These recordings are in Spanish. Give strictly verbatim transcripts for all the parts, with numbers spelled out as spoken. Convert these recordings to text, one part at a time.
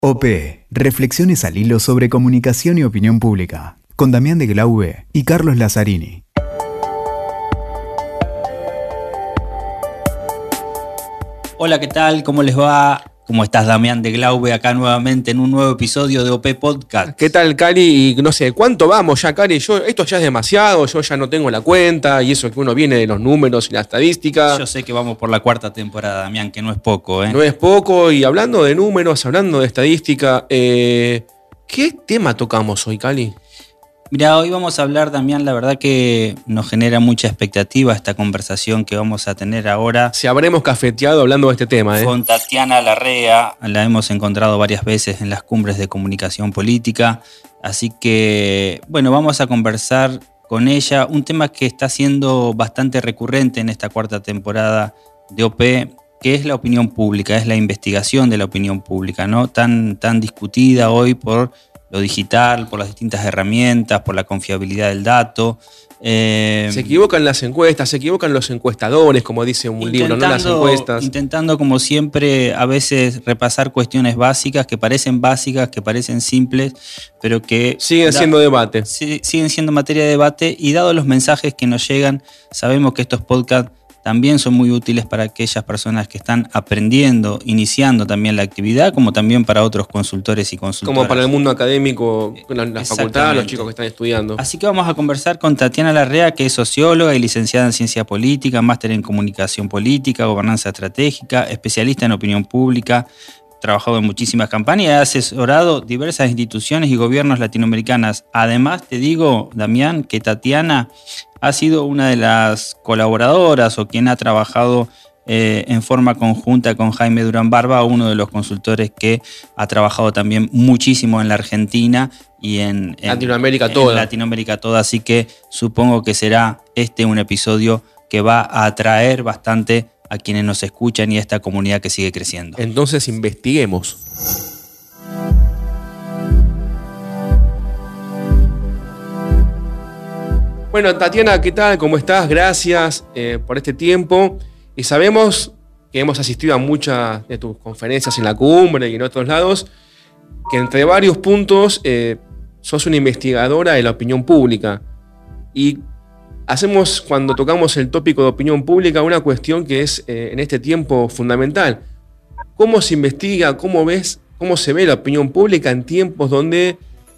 O P, reflexiones al hilo sobre comunicación y opinión pública, con Damián de Glaube y Carlos Lazzarini. Hola, ¿qué tal? ¿Cómo les va? ¿Cómo estás, Damián de Glaube? Acá nuevamente en un nuevo episodio de O P Podcast. ¿Qué tal, Cari? Y no sé, ¿cuánto vamos ya, Cari? Yo, esto ya es demasiado, yo ya no tengo la cuenta, y eso que uno viene de los números y la estadística. Yo sé que vamos por la cuarta temporada, Damián, que no es poco, ¿eh? No es poco, y hablando de números, hablando de estadística, eh, ¿qué tema tocamos hoy, Cali? Mira, hoy vamos a hablar, Damián, la verdad que nos genera mucha expectativa esta conversación que vamos a tener ahora. Si habremos cafeteado hablando de este tema, ¿eh? Con Tatiana Larrea, la hemos encontrado varias veces en las cumbres de comunicación política, así que, bueno, vamos a conversar con ella, un tema que está siendo bastante recurrente en esta cuarta temporada de O P, que es la opinión pública, es la investigación de la opinión pública, ¿no? Tan, tan discutida hoy por lo digital, por las distintas herramientas, por la confiabilidad del dato. Eh, se equivocan las encuestas, se equivocan los encuestadores, como dice un libro, no las encuestas. Intentando, como siempre, a veces repasar cuestiones básicas, que parecen básicas, que parecen simples, pero que siguen da, siendo debate. Siguen siendo materia de debate, y dado los mensajes que nos llegan, sabemos que estos podcasts también son muy útiles para aquellas personas que están aprendiendo, iniciando también la actividad, como también para otros consultores y consultoras. Como para el mundo académico, la, la facultad, los chicos que están estudiando. Así que vamos a conversar con Tatiana Larrea, que es socióloga y licenciada en Ciencia Política, máster en Comunicación Política, Gobernanza Estratégica, especialista en opinión pública, trabajado en muchísimas campañas y ha asesorado diversas instituciones y gobiernos latinoamericanas. Además, te digo, Damián, que Tatiana ha sido una de las colaboradoras o quien ha trabajado eh, en forma conjunta con Jaime Durán Barba, uno de los consultores que ha trabajado también muchísimo en la Argentina y en, en Latinoamérica en toda. Latinoamérica toda, así que supongo que será este un episodio que va a atraer bastante a quienes nos escuchan y a esta comunidad que sigue creciendo. Entonces investiguemos. Bueno, Tatiana, ¿qué tal? ¿Cómo estás? Gracias eh, por este tiempo. Y sabemos que hemos asistido a muchas de tus conferencias en la cumbre y en otros lados, que entre varios puntos eh, sos una investigadora de la opinión pública. Y hacemos, cuando tocamos el tópico de opinión pública, una cuestión que es eh, en este tiempo fundamental. ¿Cómo se investiga, cómo ves, cómo se ve la opinión pública en tiempos donde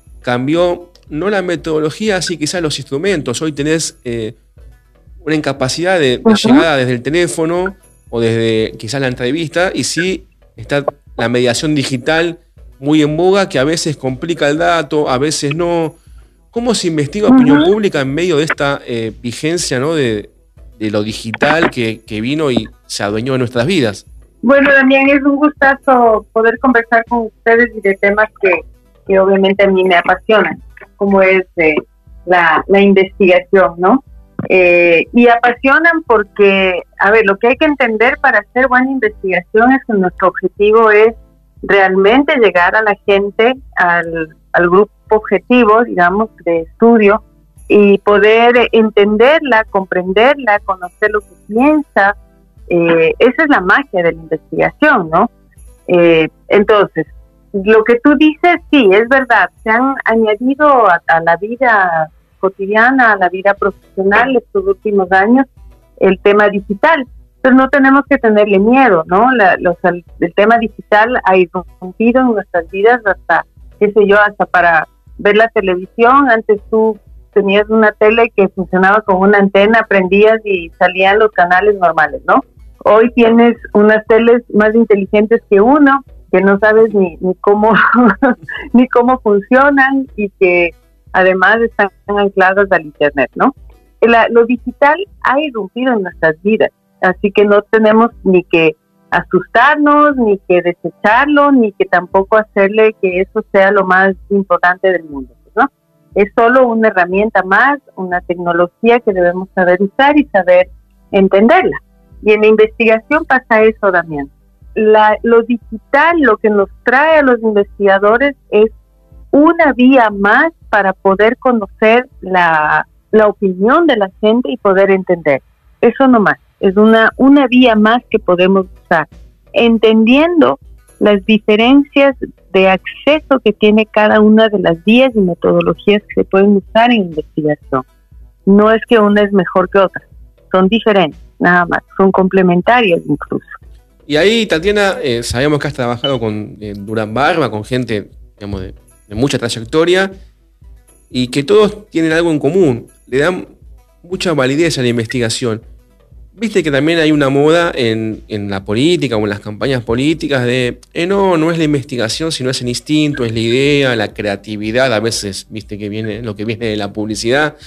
cambió no la metodología, sí quizás los instrumentos? Hoy tenés eh, una incapacidad de, de llegada desde el teléfono o desde quizás la entrevista, y sí está la mediación digital muy en boga, que a veces complica el dato, a veces no. ¿Cómo se investiga opinión uh-huh. pública en medio de esta eh, vigencia, ¿no? de, de lo digital que, que vino y se adueñó de nuestras vidas? Bueno, Damián, es un gustazo poder conversar con ustedes y de temas que, que obviamente a mí me apasionan, como es eh, la, la investigación, ¿no? Eh, y apasionan porque, a ver, lo que hay que entender para hacer buena investigación es que nuestro objetivo es realmente llegar a la gente, al, al grupo objetivo, digamos, de estudio, y poder entenderla, comprenderla, conocer lo que piensa. Eh, esa es la magia de la investigación, ¿no? Eh, entonces, lo que tú dices, sí, es verdad, se han añadido a, a la vida cotidiana, a la vida profesional estos últimos años, el tema digital. Entonces no tenemos que tenerle miedo, ¿no? La, los, el, el tema digital ha irrumpido en nuestras vidas hasta, qué sé yo, hasta para ver la televisión. Antes tú tenías una tele que funcionaba con una antena, prendías y salían los canales normales, ¿no? Hoy tienes unas teles más inteligentes que uno, que no sabes ni, ni cómo ni cómo funcionan y que además están ancladas al internet, ¿no? La, lo digital ha irrumpido en nuestras vidas, así que no tenemos ni que asustarnos, ni que desecharlo, ni que tampoco hacerle que eso sea lo más importante del mundo, ¿no? Es solo una herramienta más, una tecnología que debemos saber usar y saber entenderla. Y en la investigación pasa eso, Damián. La, lo digital, lo que nos trae a los investigadores es una vía más para poder conocer la, la opinión de la gente y poder entender. Eso no más, es una, una vía más que podemos usar, entendiendo las diferencias de acceso que tiene cada una de las vías y metodologías que se pueden usar en investigación. No es que una es mejor que otra, son diferentes, nada más, son complementarias incluso. Y ahí, Tatiana, eh, sabemos que has trabajado con eh, Durán Barba, con gente, digamos, de, de mucha trayectoria, y que todos tienen algo en común, le dan mucha validez a la investigación. Viste que también hay una moda en, en la política o en las campañas políticas de, eh, no, no es la investigación, sino es el instinto, es la idea, la creatividad, a veces, viste que viene lo que viene de la publicidad.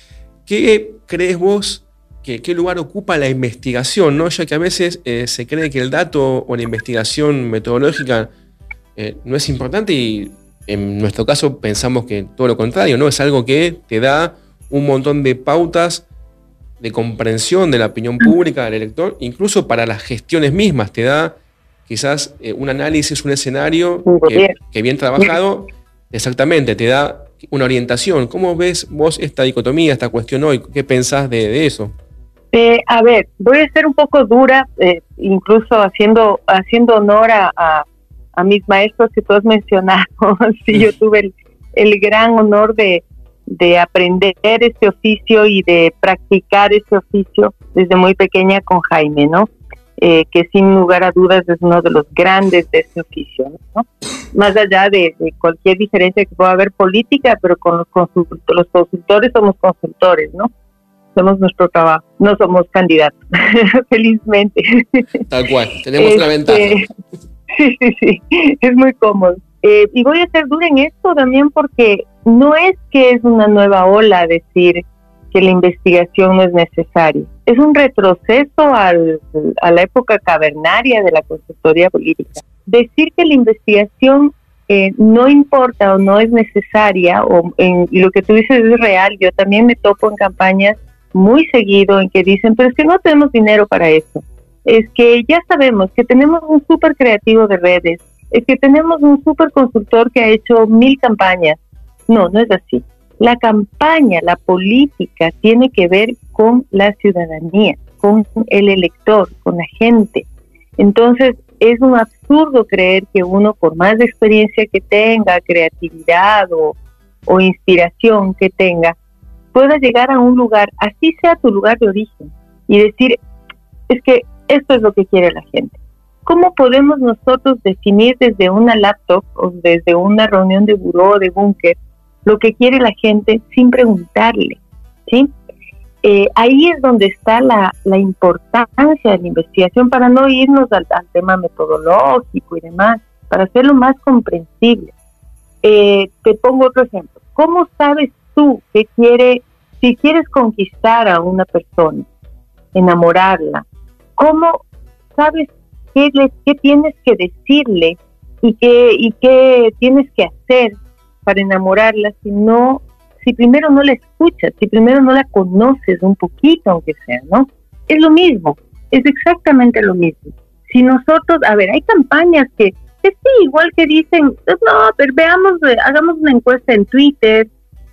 ¿Qué crees vos? Que, ¿Qué lugar ocupa la investigación, ¿no? Ya que a veces eh, se cree que el dato o la investigación metodológica eh, no es importante y en nuestro caso pensamos que todo lo contrario, ¿no? Es algo que te da un montón de pautas de comprensión de la opinión pública del elector, incluso para las gestiones mismas, te da quizás eh, un análisis, un escenario que, que bien trabajado, exactamente, te da una orientación. ¿Cómo ves vos esta dicotomía, esta cuestión hoy? ¿Qué pensás de, de eso? Eh, a ver, voy a ser un poco dura, eh, incluso haciendo haciendo honor a, a, a mis maestros que tú has mencionado. Sí, yo tuve el, el gran honor de, de aprender este oficio y de practicar este oficio desde muy pequeña con Jaime, ¿no? Eh, que sin lugar a dudas es uno de los grandes de este oficio, ¿no? Más allá de, de cualquier diferencia que pueda haber política, pero con los consultores, los consultores somos consultores, ¿no? Somos nuestro trabajo, no somos candidatos, felizmente. Tal cual, tenemos este, una ventaja. Sí, sí, sí, es muy cómodo. Eh, y voy a ser dura en esto también porque no es que es una nueva ola decir que la investigación no es necesaria. Es un retroceso al, a la época cavernaria de la consultoría política. Decir que la investigación eh, no importa o no es necesaria, o en, y lo que tú dices es real, yo también me topo en campañas muy seguido en que dicen, pero es que no tenemos dinero para eso. Es que ya sabemos que tenemos un súper creativo de redes, es que tenemos un súper consultor que ha hecho mil campañas. No, no es así. La campaña, la política tiene que ver con la ciudadanía, con el elector, con la gente. Entonces, es un absurdo creer que uno, por más experiencia que tenga, creatividad o, o inspiración que tenga, pueda llegar a un lugar, así sea tu lugar de origen, y decir, es que esto es lo que quiere la gente. ¿Cómo podemos nosotros definir desde una laptop o desde una reunión de buró, de búnker, lo que quiere la gente sin preguntarle? ¿Sí? Eh, ahí es donde está la, la importancia de la investigación, para no irnos al, al tema metodológico y demás, para hacerlo más comprensible. Eh, te pongo otro ejemplo. ¿Cómo sabes tú qué quiere, si quieres conquistar a una persona, enamorarla? ¿Cómo sabes qué, le, qué tienes que decirle y qué, y qué tienes que hacer para enamorarla si no, si primero no la escuchas, si primero no la conoces un poquito, aunque sea, ¿no? Es lo mismo, es exactamente lo mismo. Si nosotros, a ver, hay campañas que, que sí, igual que dicen, no, pero veamos, hagamos una encuesta en Twitter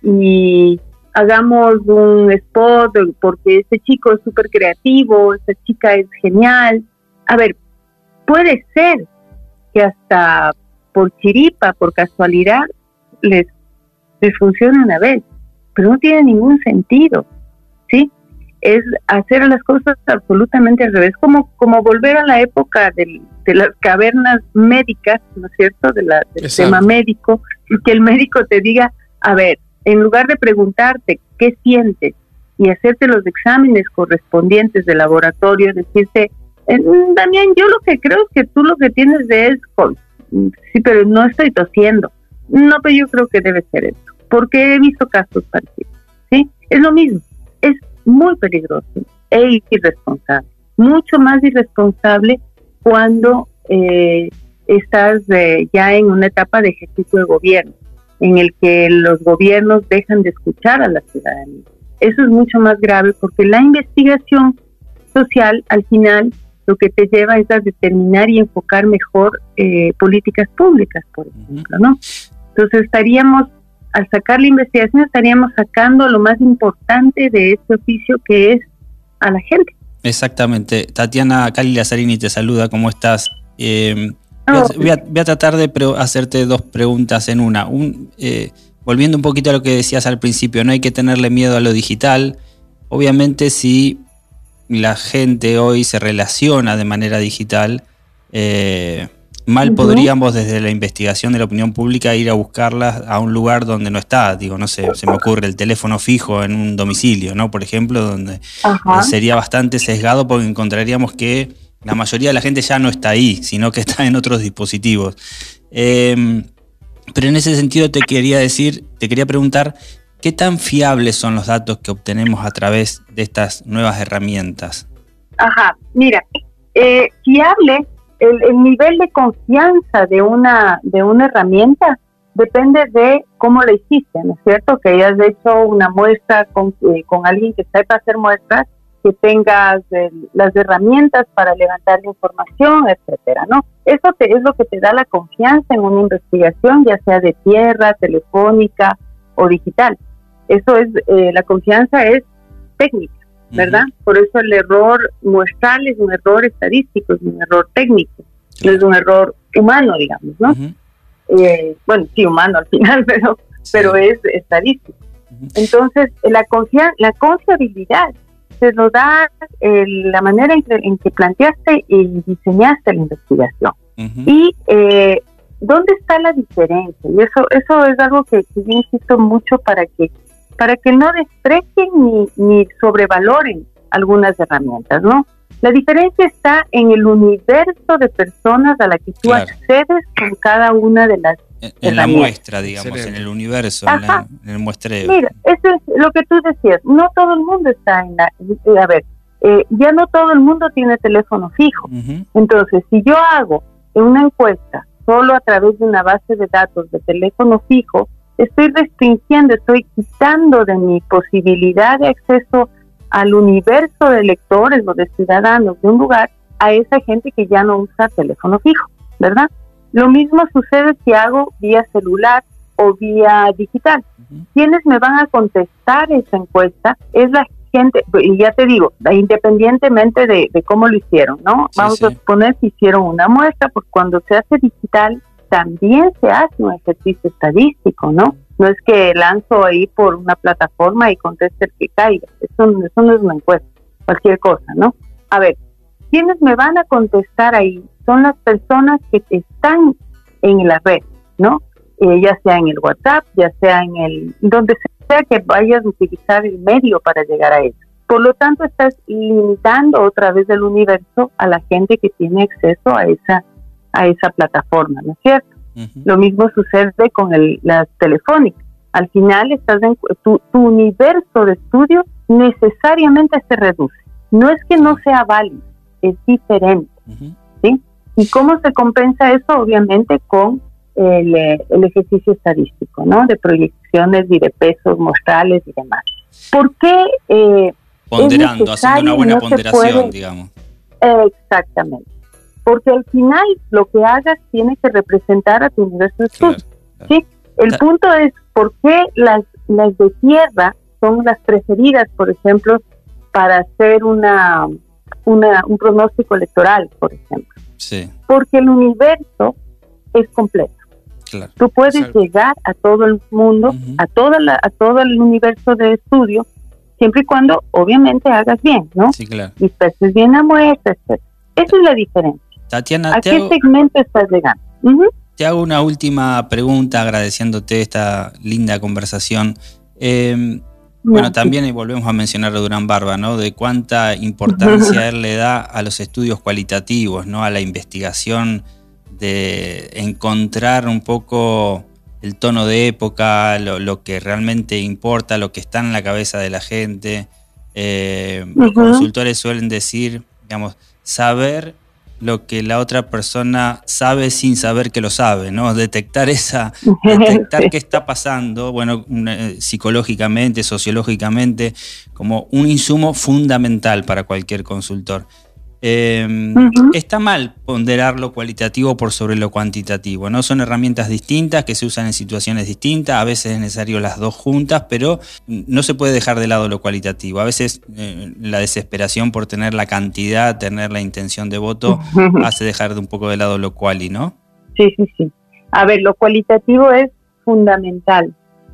y hagamos un spot porque este chico es súper creativo, esta chica es genial. A ver, puede ser que hasta por chiripa, por casualidad, les, les funcione una vez, pero no tiene ningún sentido, ¿sí? Es hacer las cosas absolutamente al revés, como, como volver a la época del, de las cavernas médicas, ¿no es cierto?, de la, del Exacto. tema médico, y que el médico te diga, a ver, en lugar de preguntarte qué sientes y hacerte los exámenes correspondientes de laboratorio, decirte, eh, Damián, yo lo que creo es que tú lo que tienes es COVID. Sí, pero no estoy tosiendo. No, pero yo creo que debe ser eso, porque he visto casos parecidos, ¿sí? Es lo mismo, es muy peligroso e irresponsable, mucho más irresponsable cuando eh, estás eh, ya en una etapa de ejercicio de gobierno, en el que los gobiernos dejan de escuchar a la ciudadanía. Eso es mucho más grave porque la investigación social, al final, lo que te lleva es a determinar y enfocar mejor eh, políticas públicas, por ejemplo, ¿no? Entonces estaríamos, al sacar la investigación, estaríamos sacando lo más importante de este oficio, que es a la gente. Exactamente. Tatiana Cali Lazzarini te saluda, ¿cómo estás? Eh, voy, a, voy a tratar de pre- hacerte dos preguntas en una. Un, eh, volviendo un poquito a lo que decías al principio, no hay que tenerle miedo a lo digital. Obviamente, si la gente hoy se relaciona de manera digital, eh, mal uh-huh. podríamos desde la investigación de la opinión pública ir a buscarla a un lugar donde no está. Digo, no sé, se me ocurre el teléfono fijo en un domicilio, ¿no? Por ejemplo, donde uh-huh. sería bastante sesgado porque encontraríamos que la mayoría de la gente ya no está ahí, sino que está en otros dispositivos. Eh, pero en ese sentido te quería decir, te quería preguntar, ¿qué tan fiables son los datos que obtenemos a través de estas nuevas herramientas? Ajá, mira, eh, fiable, el, el nivel de confianza de una, de una herramienta depende de cómo la hiciste, ¿no es cierto? Que hayas hecho una muestra con, eh, con alguien que sepa hacer muestras, que tengas eh, las herramientas para levantar la información, etcétera, ¿no? Eso te, es lo que te da la confianza en una investigación, ya sea de tierra, telefónica o digital. Eso es, eh, la confianza es técnica, ¿verdad? Uh-huh. Por eso el error muestral es un error estadístico, es un error técnico, sí. No es un error humano, digamos, ¿no? Uh-huh. Eh, bueno, sí, humano al final, pero, sí. pero es estadístico. Uh-huh. Entonces, la, confia- la confiabilidad se lo da eh, la manera en que, en que planteaste y diseñaste la investigación. Uh-huh. Y eh, ¿dónde está la diferencia? Y eso eso es algo que, que yo insisto mucho para que para que no desprecien ni, ni sobrevaloren algunas herramientas, ¿no? La diferencia está en el universo de personas a la que tú claro. accedes con cada una de las En, en la muestra, digamos, Excelente. en el universo, en, la, en el muestreo. Mira, eso es lo que tú decías, no todo el mundo está en la... A ver, eh, ya no todo el mundo tiene teléfono fijo. Uh-huh. Entonces, si yo hago una encuesta solo a través de una base de datos de teléfono fijo, estoy restringiendo, estoy quitando de mi posibilidad de acceso al universo de lectores o de ciudadanos de un lugar a esa gente que ya no usa teléfono fijo, ¿verdad? Lo mismo sucede si hago vía celular o vía digital. Uh-huh. Quienes me van a contestar esa encuesta es la gente, y ya te digo, independientemente de, de cómo lo hicieron, ¿no? Sí, Vamos sí. a suponer que hicieron una muestra, porque cuando se hace digital también se hace un ejercicio estadístico, ¿no? No es que lanzo ahí por una plataforma y conteste el que caiga. Eso, eso no es una encuesta, cualquier cosa, ¿no? A ver, quienes me van a contestar ahí son las personas que están en la red, ¿no? Eh, ya sea en el WhatsApp, ya sea en el... donde sea que vayas a utilizar el medio para llegar a eso. Por lo tanto, estás limitando otra vez el universo a la gente que tiene acceso a esa a esa plataforma, ¿no es cierto? Uh-huh. Lo mismo sucede con el, las telefónicas. Al final, estás en, tu, tu universo de estudio necesariamente se reduce. No es que no sea válido, es diferente, uh-huh. ¿sí? ¿Y cómo se compensa eso? Obviamente con el, el ejercicio estadístico, ¿no? De proyecciones y de pesos muestrales y demás. ¿Por qué? Eh, Ponderando, haciendo una buena no ponderación, puede, digamos. Eh, exactamente. Porque al final lo que hagas tiene que representar a tu universo de estudio, claro, claro. ¿sí? El claro. punto es por qué las, las de tierra son las preferidas, por ejemplo, para hacer una, una un pronóstico electoral, por ejemplo. Sí. Porque el universo es completo. Claro. Tú puedes Exacto. llegar a todo el mundo, uh-huh. a toda la, a todo el universo de estudio, siempre y cuando, obviamente, hagas bien, ¿no? Sí, claro. Disperses bien la muestra, etcétera. Esa es la diferencia. Tatiana, ¿a qué hago, segmento estás llegando? Uh-huh. Te hago una última pregunta agradeciéndote esta linda conversación. Eh, bueno, sí. también y volvemos a mencionar a Durán Barba, ¿no? De cuánta importancia él le da a los estudios cualitativos, ¿no? A la investigación, de encontrar un poco el tono de época, lo, lo que realmente importa, lo que está en la cabeza de la gente. Eh, uh-huh. Los consultores suelen decir, digamos, saber lo que la otra persona sabe sin saber que lo sabe, ¿no? Detectar esa, detectar sí. qué está pasando, bueno, eh, psicológicamente, sociológicamente, como un insumo fundamental para cualquier consultor. Eh, uh-huh. Está mal ponderar lo cualitativo por sobre lo cuantitativo, ¿no? Son herramientas distintas que se usan en situaciones distintas, a veces es necesario las dos juntas, pero no se puede dejar de lado lo cualitativo. A veces eh, la desesperación por tener la cantidad, tener la intención de voto, uh-huh. hace dejar de un poco de lado lo cuali, ¿no? Sí, sí, sí. A ver, lo cualitativo es fundamental,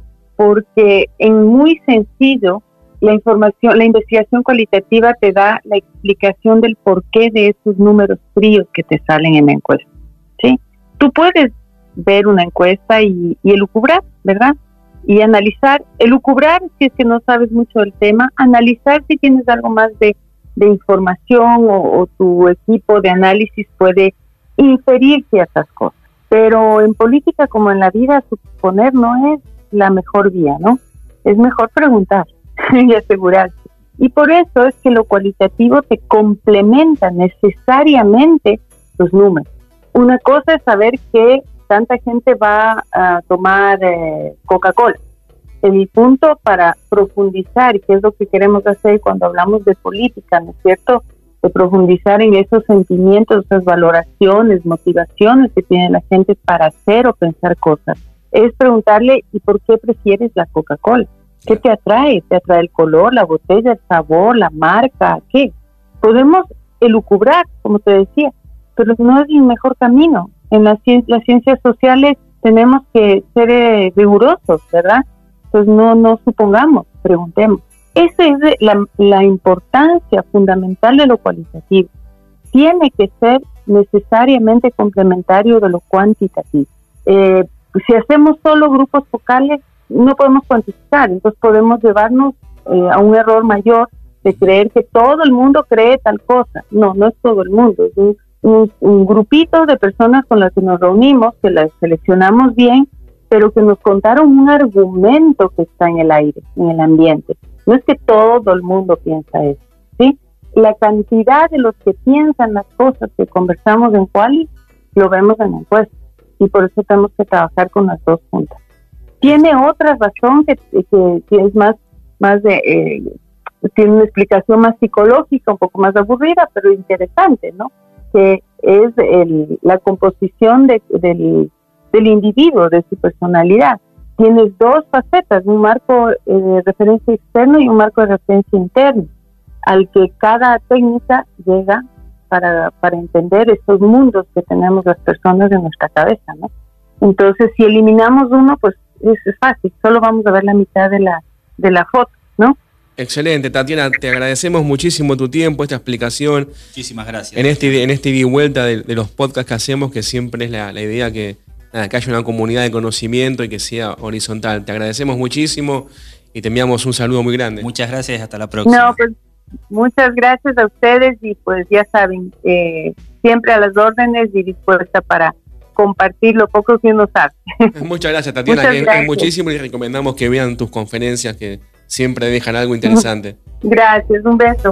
porque en muy sencillo, la información, la investigación cualitativa te da la explicación del porqué de esos números fríos que te salen en la encuesta, ¿sí? Tú puedes ver una encuesta y, y elucubrar, ¿verdad? Y analizar, elucubrar si es que no sabes mucho del tema, analizar si tienes algo más de, de información o, o tu equipo de análisis puede inferir ciertas cosas. Pero en política como en la vida, suponer no es la mejor vía, ¿no? Es mejor preguntar y asegurarse. Y por eso es que lo cualitativo te complementa necesariamente los números. Una cosa es saber que tanta gente va a tomar eh, Coca-Cola. El punto para profundizar, que es lo que queremos hacer cuando hablamos de política, ¿no es cierto?, de profundizar en esos sentimientos, esas valoraciones, motivaciones que tiene la gente para hacer o pensar cosas, es preguntarle, ¿y por qué prefieres la Coca-Cola? ¿Qué te atrae? ¿Te atrae el color, la botella, el sabor, la marca? ¿Qué? Podemos elucubrar, como te decía, pero no es el mejor camino. En las, las ciencias sociales tenemos que ser eh, rigurosos, ¿verdad? Entonces no, no supongamos, preguntemos. Esa es la, la importancia fundamental de lo cualitativo. Tiene que ser necesariamente complementario de lo cuantitativo. Eh, si hacemos solo grupos focales, no podemos cuantificar, entonces podemos llevarnos eh, a un error mayor de creer que todo el mundo cree tal cosa. No, no es todo el mundo, es un, un, un grupito de personas con las que nos reunimos, que las seleccionamos bien, pero que nos contaron un argumento que está en el aire, en el ambiente. No es que todo el mundo piensa eso, ¿sí? La cantidad de los que piensan las cosas que conversamos en Quali, lo vemos en la encuesta, y por eso tenemos que trabajar con las dos juntas. Tiene otra razón que, que, que es más, más de, eh, tiene una explicación más psicológica, un poco más aburrida, pero interesante, ¿no? Que es el, la composición de, del, del individuo, de su personalidad. Tienes dos facetas, un marco eh, de referencia externo y un marco de referencia interno, al que cada técnica llega para, para entender estos mundos que tenemos las personas en nuestra cabeza, ¿no? Entonces, si eliminamos uno, pues es fácil, solo vamos a ver la mitad de la, de la foto, ¿no? Excelente, Tatiana, te agradecemos muchísimo tu tiempo, esta explicación. Muchísimas gracias. En este, en este ida y vuelta de, de los podcasts que hacemos, que siempre es la, la idea que, nada, que haya una comunidad de conocimiento y que sea horizontal. Te agradecemos muchísimo y te enviamos un saludo muy grande. Muchas gracias, hasta la próxima. No, pues muchas gracias a ustedes y pues ya saben, eh, siempre a las órdenes y dispuesta para compartir lo poco que uno sabe. Muchas gracias, Tatiana, Muchas que gracias. Es muchísimo y recomendamos que vean tus conferencias que siempre dejan algo interesante. Gracias, un beso.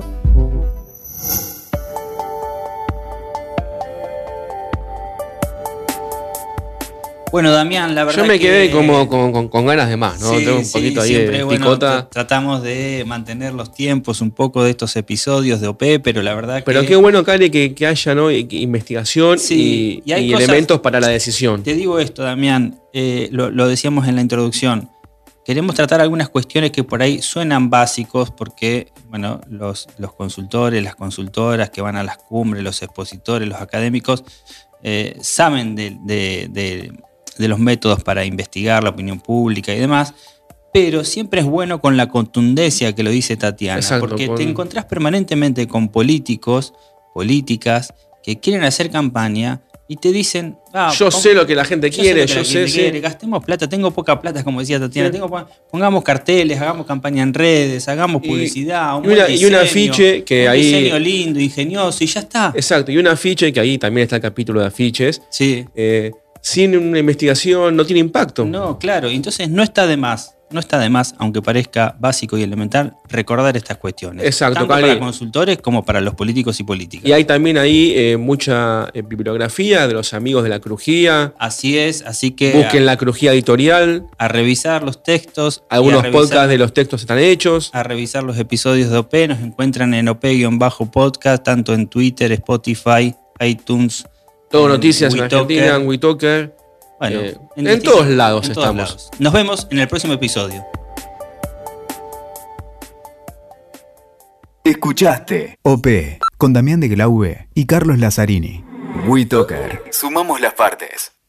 Bueno, Damián, la verdad yo me quedé que... como con, con, con ganas de más, ¿no? Sí, Tengo un sí, poquito ahí siempre, de bueno, picota. Tratamos de mantener los tiempos un poco de estos episodios de O P, pero la verdad Pero que... qué bueno, Cali, que, que haya, ¿no?, investigación Sí, y, y hay y cosas- elementos para la decisión. Te digo esto, Damián, eh, lo, lo decíamos en la introducción. Queremos tratar algunas cuestiones que por ahí suenan básicos porque, bueno, los, los consultores, las consultoras que van a las cumbres, los expositores, los académicos, eh, saben de, de, de, de los métodos para investigar la opinión pública y demás, pero siempre es bueno con la contundencia que lo dice Tatiana, Exacto, porque con- te encontrás permanentemente con políticos, políticas, que quieren hacer campaña y te dicen... Ah, Yo pon- sé lo que la gente yo quiere, sé lo que yo la sé, gente sí. quiere, gastemos plata, tengo poca plata, como decía Tatiana, Sí. tengo, po- pongamos carteles, hagamos campaña en redes, hagamos Y- publicidad, un y una- buen y un diseño, afiche que un ahí- diseño lindo, ingenioso y ya está. Exacto, y un afiche, que ahí también está el capítulo de afiches, Sí. eh, sin una investigación no tiene impacto. No, claro, entonces no está de más. no está de más, aunque parezca básico y elemental, recordar estas cuestiones. Exacto, tanto Cali. para consultores como para los políticos y políticas. Y hay también ahí eh, mucha eh, bibliografía de los amigos de la Crujía. Así es, así que Busquen a, la Crujía editorial. a revisar los textos. Algunos y a revisar, podcasts de los textos están hechos. A revisar los episodios de O P. Nos encuentran en O P-podcast, tanto en Twitter, Spotify, iTunes. Todo noticias en WeTalker. Argentina, en WeTalker. Bueno, eh, en, en todos lados en todos estamos. lados. Nos vemos en el próximo episodio. Escuchaste O P con Damián de Glaube y Carlos Lazzarini. WeTalker. Sumamos las partes.